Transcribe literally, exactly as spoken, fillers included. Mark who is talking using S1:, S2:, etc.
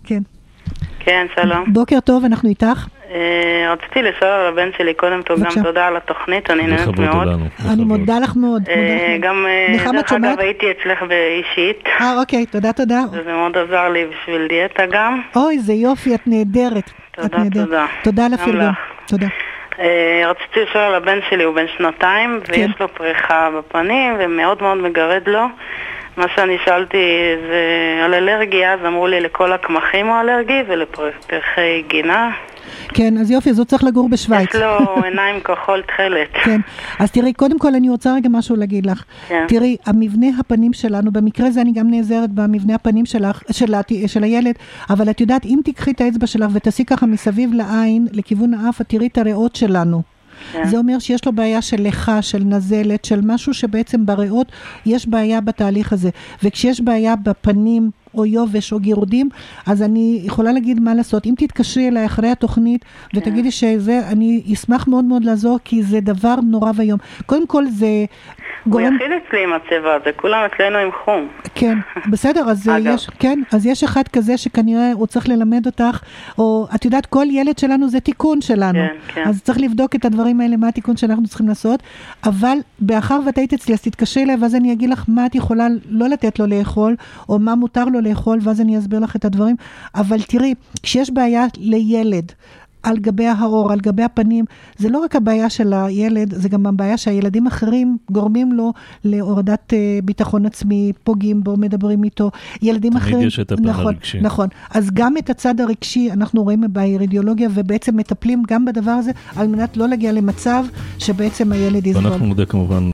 S1: כן.
S2: כן, שלום.
S1: בוקר טוב, אנחנו איתך.
S2: רציתי לשאול על הבן שלי, קודם גם תודה על התוכנית, אני נהנית מאוד.
S1: אני מודה לך מאוד.
S2: גם, דרך אגב, הייתי אצלך באישית.
S1: אה, אוקיי, תודה, תודה.
S2: וזה מאוד עזר לי בשביל דיאטה גם.
S1: אוי, זה יופי, את נהדרת.
S2: תודה, תודה.
S1: תודה לפרגון. תודה.
S2: רציתי לשאול על הבן שלי, הוא בן שנתיים, ויש לו פריחה בפנים, ומאוד מאוד מגרד לו. מה שאני שאלתי זה על אלרגיה, אז אמרו לי לכל הקמחים הוא אלרגי ולפרחי גינה.
S1: כן, אז יופי, אז הוא צריך לגור בשוויץ.
S2: יש לו עיניים כחול תכלת.
S1: כן, אז תראי, קודם כל אני רוצה רגע משהו להגיד לך.
S2: כן.
S1: תראי, המבנה הפנים שלנו, במקרה זה אני גם נעזרת במבנה הפנים שלך, של, של הילד, אבל את יודעת, אם תקחי את האצבע שלך ותעשי ככה מסביב לעין, לכיוון האף, את תראי את הריאות שלנו. כן. זה אומר שיש לו בעיה של לחה, של נזלת, של משהו שבעצם בריאות יש בעיה בתהליך הזה. וכשיש בעיה בפנים או יובש או גירודים, אז אני יכולה להגיד מה לעשות. אם תתקשרי אליי אחרי התוכנית ותגידי שזה, אני אשמח מאוד מאוד לעזור, כי זה דבר נורא ויום. קודם כל זה...
S2: הוא
S1: גורם...
S2: יחיד אצלי עם הצבע הזה, כולם אצלנו עם חום.
S1: כן, בסדר, אז יש, כן, אז יש אחד כזה שכנראה הוא צריך ללמד אותך, או את יודעת, כל ילד שלנו זה תיקון שלנו.
S2: כן, כן.
S1: אז צריך לבדוק את הדברים האלה, מה התיקון שאנחנו צריכים לעשות, אבל באחר ואת היית אצלי, אז תתקשרי אליי, ואז אני אגיד לך מה את יכולה לא לתת לו לאכול, או מה מותר לו לאכול, ואז אני אסביר לך את הדברים. אבל תראי, כשיש בעיה לילד, על גבי האור, על גבי הפנים, זה לא רק הבעיה של הילד, זה גם הבעיה שהילדים אחרים גורמים לו להורדת ביטחון עצמי, פוגעים בו, מדברים איתו, ילדים אחרים...
S3: תמיד יש את הפן
S1: נכון,
S3: הרגשי.
S1: נכון, אז גם את הצד הרגשי אנחנו רואים באירידיאולוגיה, ובעצם מטפלים גם בדבר הזה, על מנת לא להגיע למצב שבעצם הילד יסבול.
S3: ואנחנו מודה כמובן